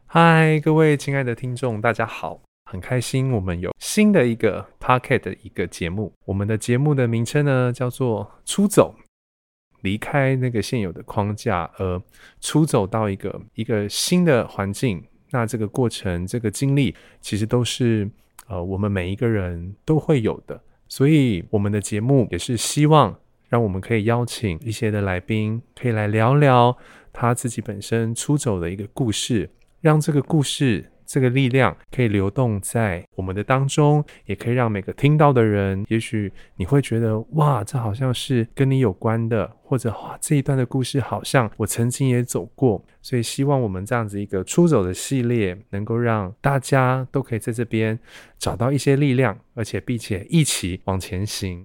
嗨，各位亲爱的听众，大家好！很开心我们有新的一个 Podcast 的一个节目。我们的节目的名称呢叫做出走，离开那个现有的框架，而出走到一个新的环境。那这个过程，这个经历，其实都是我们每一个人都会有的。所以我们的节目也是希望让我们可以邀请一些的来宾，可以来聊聊他自己本身出走的一个故事。让这个故事这个力量可以流动在我们的当中，也可以让每个听到的人，也许你会觉得哇，这好像是跟你有关的，或者哇，这一段的故事好像我曾经也走过。所以希望我们这样子一个出走的系列能够让大家都可以在这边找到一些力量，而且并且一起往前行。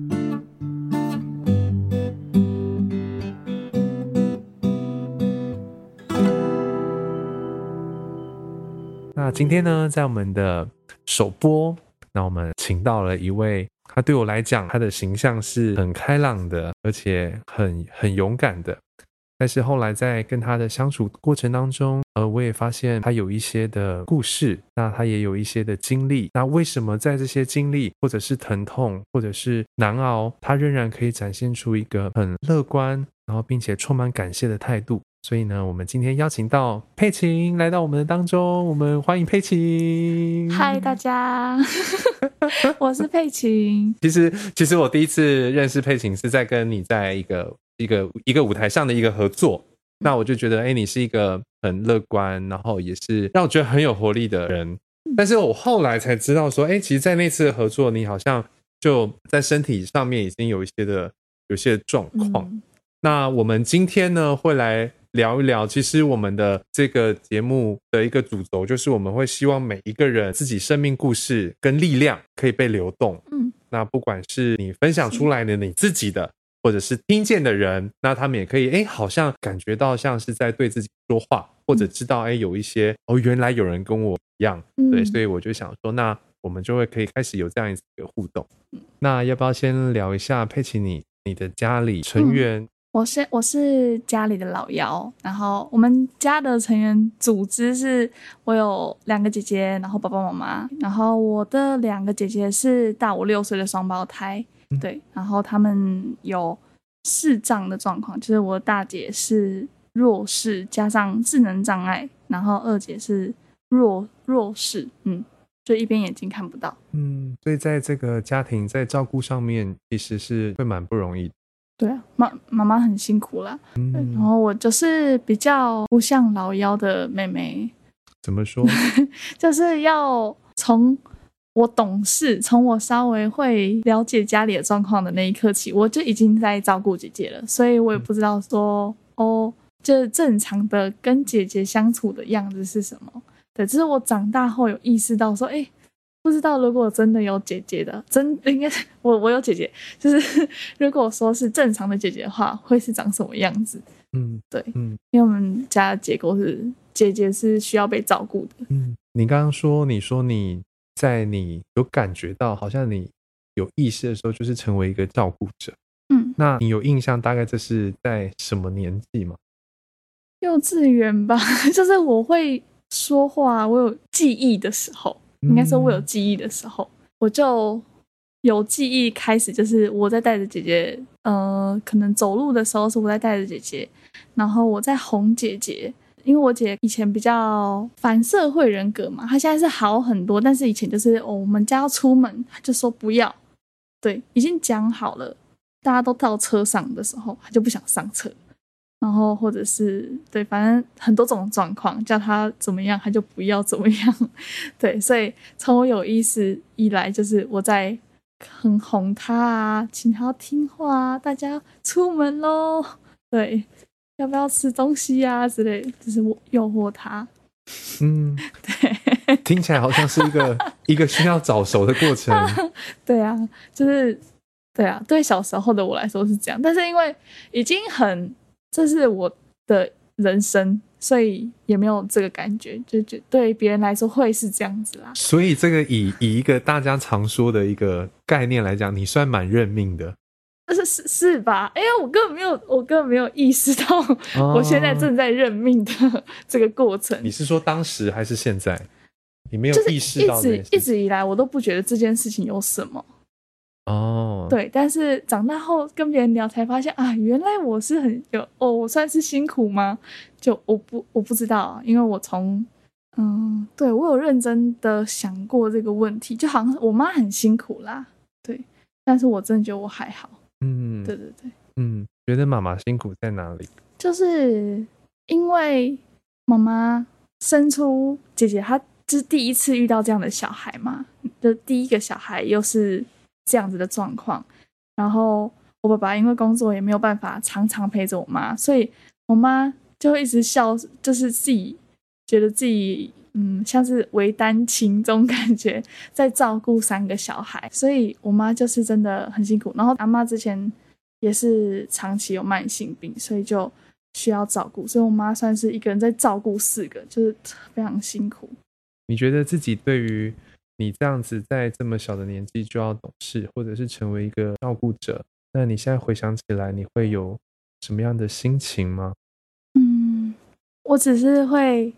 那今天呢，在我们的首播，那我们请到了一位，他对我来讲，他的形象是很开朗的，而且很勇敢的。但是后来在跟他的相处过程当中，我也发现他有一些的故事，那他也有一些的经历。那为什么在这些经历，或者是疼痛，或者是难熬，他仍然可以展现出一个很乐观，然后并且充满感谢的态度？所以呢，我们今天邀请到佩琴来到我们的当中，我们欢迎佩琴。 嗨，大家，我是佩琴。 其实我第一次认识佩琴是在跟你在一个舞台上的一个合作，那我就觉得，你是一个很乐观，然后也是让我觉得很有活力的人。但是我后来才知道说，其实在那次的合作，你好像就在身体上面已经有一些状况。那我们今天呢，会来聊一聊，其实我们的这个节目的一个主轴就是我们会希望每一个人自己生命故事跟力量可以被流动。那不管是你分享出来的你自己的，或者是听见的人，那他们也可以好像感觉到像是在对自己说话，或者知道有一些原来有人跟我一样。对，所以我就想说，那我们就会可以开始有这样一个互动。那要不要先聊一下佩奇你的家里成员？ 我是家里的老幺，然后我们家的成员组织是我有2个姐姐，然后爸爸妈妈，然后我的2个姐姐是大我6岁的双胞胎，对，然后他们有视障的状况，就是我大姐是弱视加上智能障碍，然后二姐是弱视，就一边眼睛看不到。 所以在这个家庭在照顾上面其实是会蛮不容易的。 对啊，妈妈很辛苦啦。然后我就是比较不像老幺的妹妹。 怎么说？ 就是要从我懂事，从我稍微会了解家里的状况的那一刻起，我就已经在照顾姐姐了，所以我也不知道说就是正常的跟姐姐相处的样子是什么。对，就是我长大后有意识到说，不知道如果真的有姐姐的，应该是我有姐姐，就是如果说是正常的姐姐的话，会是长什么样子？对，因为我们家的结构是姐姐是需要被照顾的。 你刚刚说，你在你有感觉到好像你有意识的时候，就是成为一个照顾者。那你有印象大概这是在什么年纪吗？ 幼稚园吧，就是我会说话，我有记忆的时候。应该说我有记忆的时候，我就有记忆开始，就是我在带着姐姐，可能走路的时候是我在带着姐姐，然后我在哄姐姐，因为我姐以前比较反社会人格嘛，她现在是好很多，但是以前就是我们家要出门，她就说不要，对，已经讲好了，大家都到车上的时候，她就不想上车。然后或者是对，反正很多种状况，叫他怎么样他就不要怎么样。对，所以从我有意识以来，就是我在很哄他啊，请他听话啊，大家出门咯，对，要不要吃东西啊之类，就是我诱惑他。 对，听起来好像是一个需要早熟的过程。 对啊，就是对啊，对小时候的我来说是这样，但是因为已经这是我的人生，所以也没有这个感觉，就对别人来说会是这样子啦。 所以这个以一个大家常说的一个概念来讲，你算蛮认命的。 是吧？因为我根本没有意识到我现在正在认命的这个过程。 你是说当时还是现在？你没有就是意识到这件事情？ 一直以来我都不觉得这件事情有什么。对，但是长大后跟别人聊才发现啊，原来我是我算是辛苦吗？就我不知道啊，因为我从对，我有认真的想过这个问题，就好像我妈很辛苦啦，对，但是我真的觉得我还好。对对对， 觉得妈妈辛苦在哪里？ 就是因为妈妈生出姐姐，她就是第一次遇到这样的小孩嘛，就第一个小孩又是这样子的状况，然后我爸爸因为工作也没有办法常常陪着我妈，所以我妈就会一直笑，就是自己觉得自己像是为单亲这种感觉，在照顾3个小孩，所以我妈就是真的很辛苦。然后阿嬷之前也是长期有慢性病，所以就需要照顾，所以我妈算是一个人在照顾4个，就是非常辛苦。 你觉得自己对于你这样子在这么小的年纪就要懂事，或者是成为一个照顾者，那你现在回想起来，你会有什么样的心情吗？ 我只是会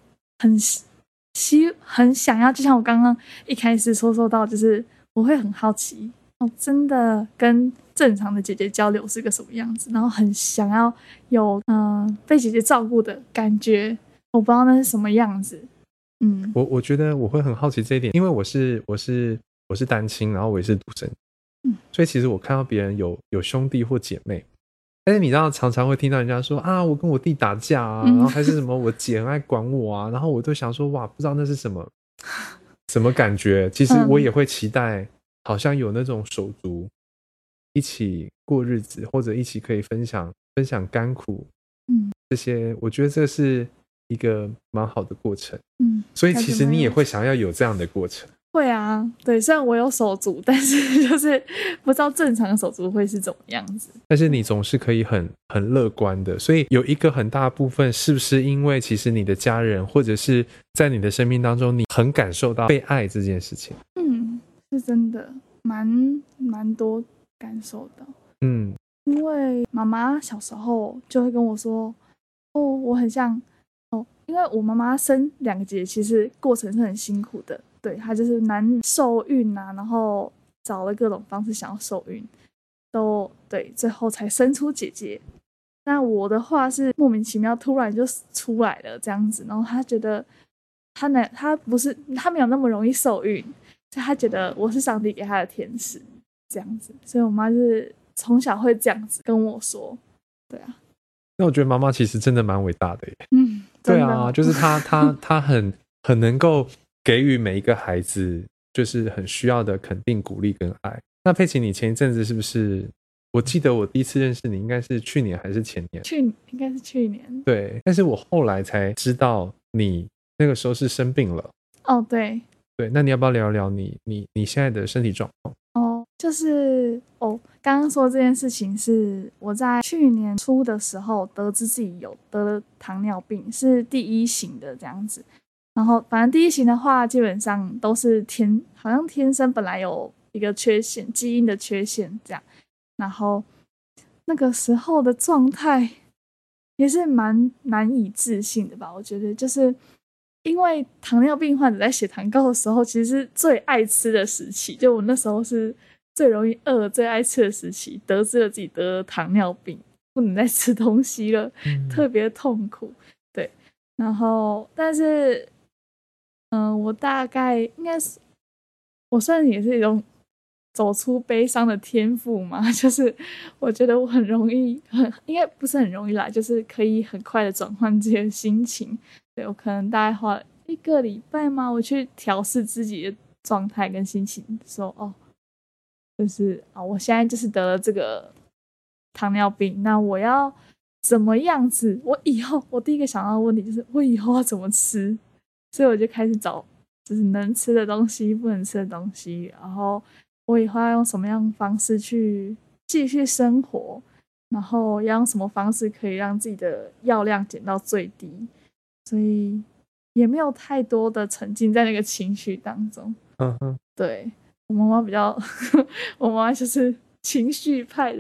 很想要，就像我刚刚一开始说到，就是我会很好奇，真的跟正常的姐姐交流是个什么样子，然后很想要有被姐姐照顾的感觉，我不知道那是什么样子。 我觉得我会很好奇这一点，因为我是单亲，然后我也是独生，所以其实我看到别人有兄弟或姐妹，但是你知道常常会听到人家说啊，我跟我弟打架啊，然后还是什么我姐很爱管我啊，然后我都想说哇，不知道那是什么感觉。其实我也会期待，好像有那种手足一起过日子，或者一起可以分享甘苦，这些我觉得这是一个蛮好的过程。所以其实你也会想要有这样的过程。 会啊，对，虽然我有手足，但是就是不知道正常的手足会是怎么样子。 但是你总是可以很乐观的，所以有一个很大部分是不是因为其实你的家人或者是在你的生命当中，你很感受到被爱这件事情？ 是真的蛮多感受到。因为妈妈小时候就会跟我说，我很像因为我妈妈生2个姐姐，其实过程是很辛苦的。对，她就是难受孕啊，然后找了各种方式想要受孕，都对，最后才生出姐姐。那我的话是莫名其妙突然就出来了这样子，然后她觉得她没有那么容易受孕，所以她觉得我是上帝给她的天使这样子，所以我妈就是从小会这样子跟我说。对啊， 那我觉得妈妈其实真的蛮伟大的耶。 对啊，就是她很能够给予每一个孩子就是很需要的肯定、鼓励跟爱。那佩奇，你前一阵子是不是？我记得我第一次认识你应该是去年还是前年？ 应该是去年。 对，但是我后来才知道你那个时候是生病了。 对， 那你要不要聊聊你现在的身体状况？ 就是刚刚说这件事情是我在去年初的时候得知自己有得了糖尿病，是第1型的这样子。然后反正第1型的话，基本上都是好像天生本来有一个缺陷，基因的缺陷这样。然后那个时候的状态也是蛮难以置信的吧，我觉得就是因为糖尿病患者在血糖高的时候，其实是最爱吃的时期，就我那时候是最容易饿、最爱吃的时期，得知了自己得了糖尿病，不能再吃东西了，特别痛苦。对，然后但是我大概应该是我算也是一种走出悲伤的天赋嘛，就是我觉得我很容易应该不是很容易啦，就是可以很快的转换自己的心情。对，我可能大概花了1个礼拜嘛，我去调试自己的状态跟心情，说就是我现在就是得了这个糖尿病，那我要怎么样子？我第一个想到的问题就是我以后要怎么吃，所以我就开始找就是能吃的东西、不能吃的东西，然后我以后要用什么样的方式去继续生活，然后要用什么方式可以让自己的药量减到最低，所以也没有太多的沉浸在那个情绪当中。对，我妈妈比较我妈妈就是情绪派的，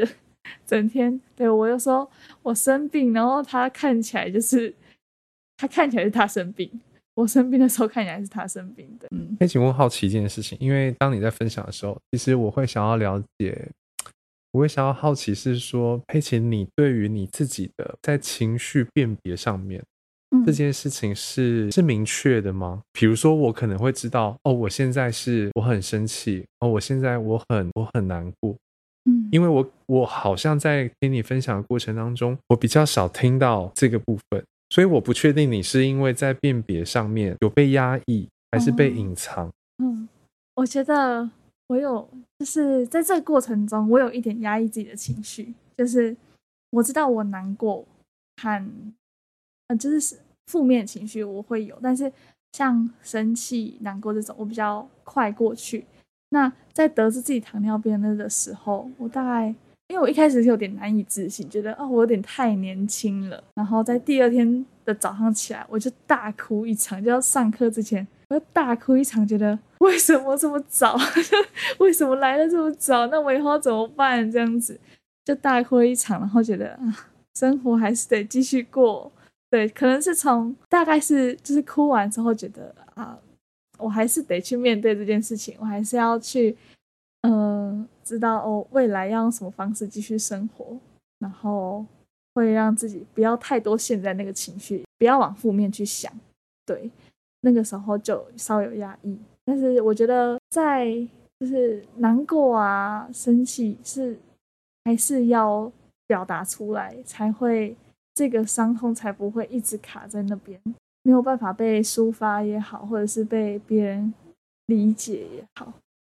整天对我就说我生病，然后他看起来就是他生病，我生病的时候看起来是他生病的。 可以请问好奇一件事情，因为当你在分享的时候，其实我会想要了解，我会想要好奇是说，佩奇你对于你自己的在情绪辨别上面，这件事情是明确的吗？比如说我可能会知道，哦，我现在我很生气，哦，我现在我很难过，因为我好像在听你分享的过程当中，我比较少听到这个部分，所以我不确定你是因为在辨别上面有被压抑，还是被隐藏。 我觉得我有，就是在这个过程中，我有一点压抑自己的情绪，就是我知道我难过和就是负面情绪我会有，但是像生气、难过这种，我比较快过去。那在得知自己糖尿病的时候，我大概因为我一开始是有点难以置信，觉得我有点太年轻了。然后在第二天的早上起来，我就大哭一场，就要上课之前，我就大哭一场，觉得为什么这么早？为什么来的这么早？那我以后怎么办？这样子就大哭一场，然后觉得生活还是得继续过。对，可能是大概是就是哭完之后觉得我还是得去面对这件事情，我还是要去知道未来要用什么方式继续生活，然后会让自己不要太多陷在那个情绪，不要往负面去想。对，那个时候就稍微有压抑，但是我觉得在就是难过生气还是要表达出来，才会这个伤痛才不会一直卡在那边，没有办法被抒发也好，或者是被别人理解也好。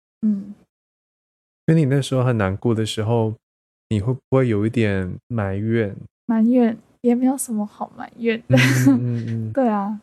所以你那时候很难过的时候，你会不会有一点埋怨？ 埋怨也没有什么好埋怨的。对啊，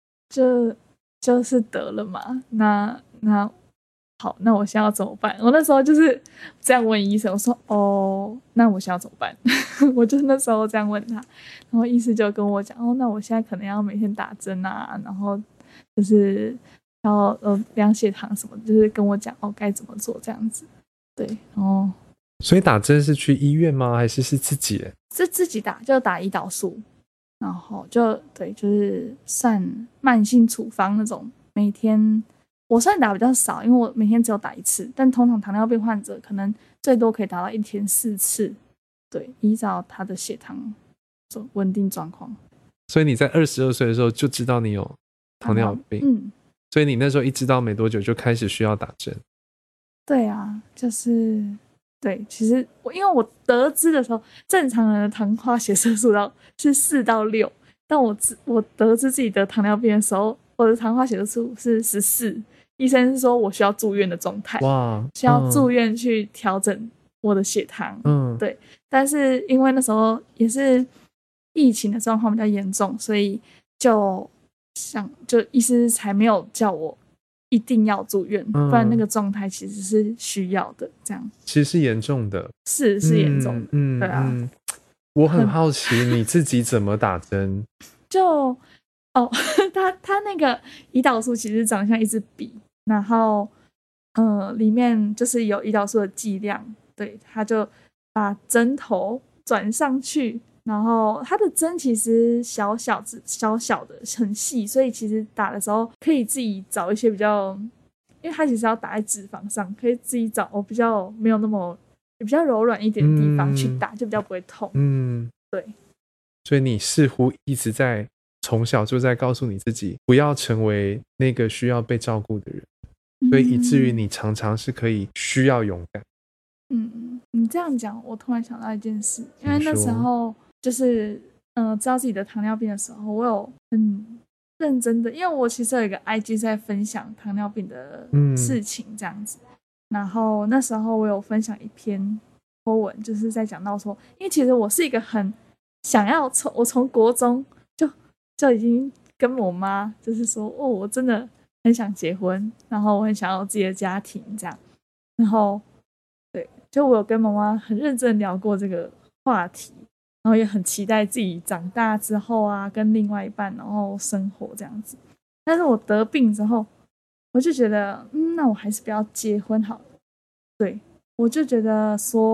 就是得了嘛。那好，那我现在要怎么办？我那时候就是这样问医生，我说那我现在要怎么办？我就那时候这样问他，然后医师就跟我讲，那我现在可能要每天打针然后就是要量血糖什么，就是跟我讲该怎么做这样子。对，然后所以打针是去医院吗？还是自己？ 是自己打，就打胰岛素，然后就是算慢性处方那种，每天我算打比较少，因为我每天只有打一次，但通常糖尿病患者可能最多可以打到一天4次，对，依照他的血糖稳定状况。 所以你在22岁的时候就知道你有糖尿病，所以你那时候一知道没多久就开始需要打针。 对啊，就是对，其实因为我得知的时候，正常人的糖化血色素是4到6，但我得知自己得糖尿病的时候，我的糖化血色素是14，医生是说我需要住院的状态，需要住院去调整我的血糖。对，但是因为那时候也是疫情的状况比较严重，所以就医师才没有叫我一定要住院，不然那个状态其实是需要的。这样其实是严重的， 是严重的。对啊， 我很好奇你自己怎么打针？ 就他那个胰岛素其实长得像一支笔，然后里面就是有胰岛素的剂量，对，他就把针头转上去。然后它的针其实小小的很细，所以其实打的时候可以自己找一些比较，因为它其实要打在脂肪上，可以自己找比较没有那么比较柔软一点的地方去打，就比较不会痛。对。 所以你似乎一直在从小就在告诉你自己，不要成为那个需要被照顾的人，所以以至于你常常是可以需要勇敢。 你这样讲，我突然想到一件事，因为那时候就是知道自己的糖尿病的时候，我有很认真的，因为我其实有一个 IG 在分享糖尿病的事情这样子，然后那时候我有分享一篇 po 文，就是在讲到说，因为其实我是一个很想要我从国中就已经跟我妈就是说，我真的很想结婚，然后我很想要自己的家庭这样，然后对，就我有跟妈妈很认真聊过这个话题，然后也很期待自己长大之后跟另外一半然后生活这样子。但是我得病之后，我就觉得那我还是不要结婚好了。对，我就觉得说，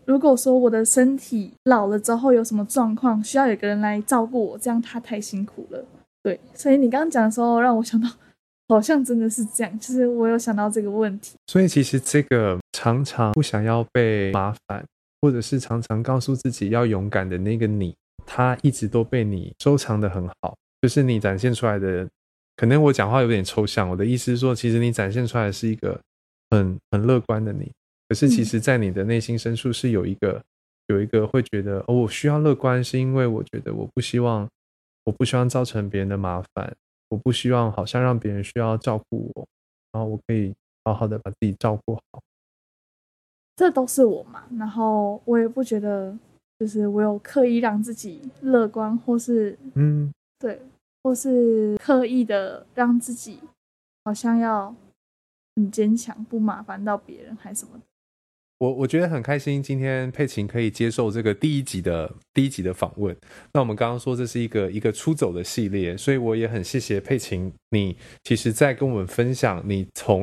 如果说我的身体老了之后有什么状况，需要有个人来照顾我，这样他太辛苦了。对，所以你刚刚讲的时候，让我想到，好像真的是这样，就是我有想到这个问题。 所以其实这个常常不想要被麻烦，或者是常常告诉自己要勇敢的那个你，他一直都被你收藏得很好。就是你展现出来的，可能我讲话有点抽象，我的意思是说，其实你展现出来的是一个很乐观的你，可是其实在你的内心深处是有一个会觉得我需要乐观，是因为我觉得我不希望造成别人的麻烦，我不希望好像让别人需要照顾我，然后我可以好好的把自己照顾好。 这都是我嘛，然后我也不觉得就是我有刻意让自己乐观，或是对，或是刻意的让自己好像要很坚强，不麻烦到别人还什么的。 我觉得很开心，今天佩琴可以接受这个第一集的访问。那我们刚刚说这是一个出走的系列，所以我也很谢谢佩琴，你其实在跟我们分享，你从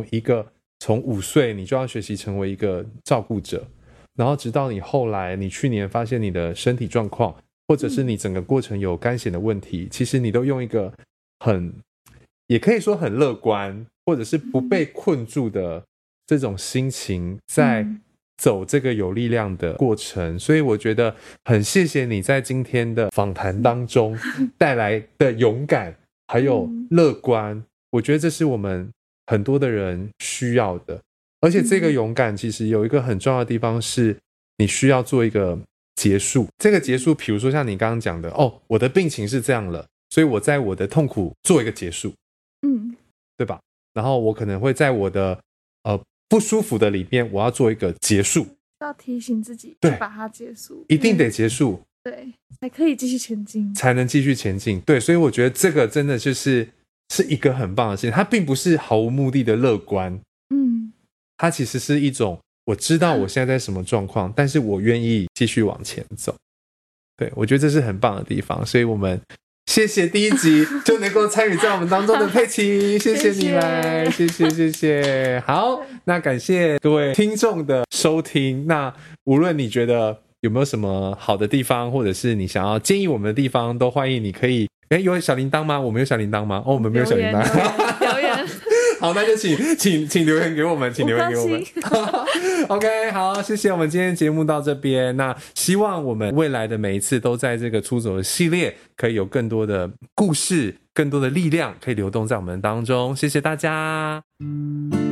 5岁你就要学习成为一个照顾者，然后直到你后来你去年发现你的身体状况，或者是你整个过程有肝血的问题，其实你都用一个也可以说很乐观，或者是不被困住的这种心情在走这个有力量的过程。所以我觉得很谢谢你在今天的访谈当中带来的勇敢还有乐观，我觉得这是我们很多的人需要的。而且这个勇敢其实有一个很重要的地方是你需要做一个结束，这个结束比如说像你刚刚讲的我的病情是这样了，所以我在我的痛苦做一个结束，对吧？然后我可能会在我的不舒服的里面我要做一个结束， 要提醒自己去把它结束， 一定得结束， 对，才可以继续前进， 才能继续前进。对，所以我觉得这个真的是一个很棒的事情，它并不是毫无目的的乐观，它其实是一种我知道我现在在什么状况，但是我愿意继续往前走。对，我觉得这是很棒的地方，所以我们谢谢第一集就能够参与在我们当中的佩奇，谢谢你来，谢谢。好，那感谢各位听众的收听。那无论你觉得有没有什么好的地方，或者是你想要建议我们的地方，都欢迎你可以有小铃铛吗？我们有小铃铛吗？我们没有小铃铛， 留言好，那就请留言给我们，请留言给我们。OK， 好，谢谢。我们今天节目到这边，那希望我们未来的每一次都在这个出走的系列，可以有更多的故事，更多的力量可以流动在我们当中。谢谢大家。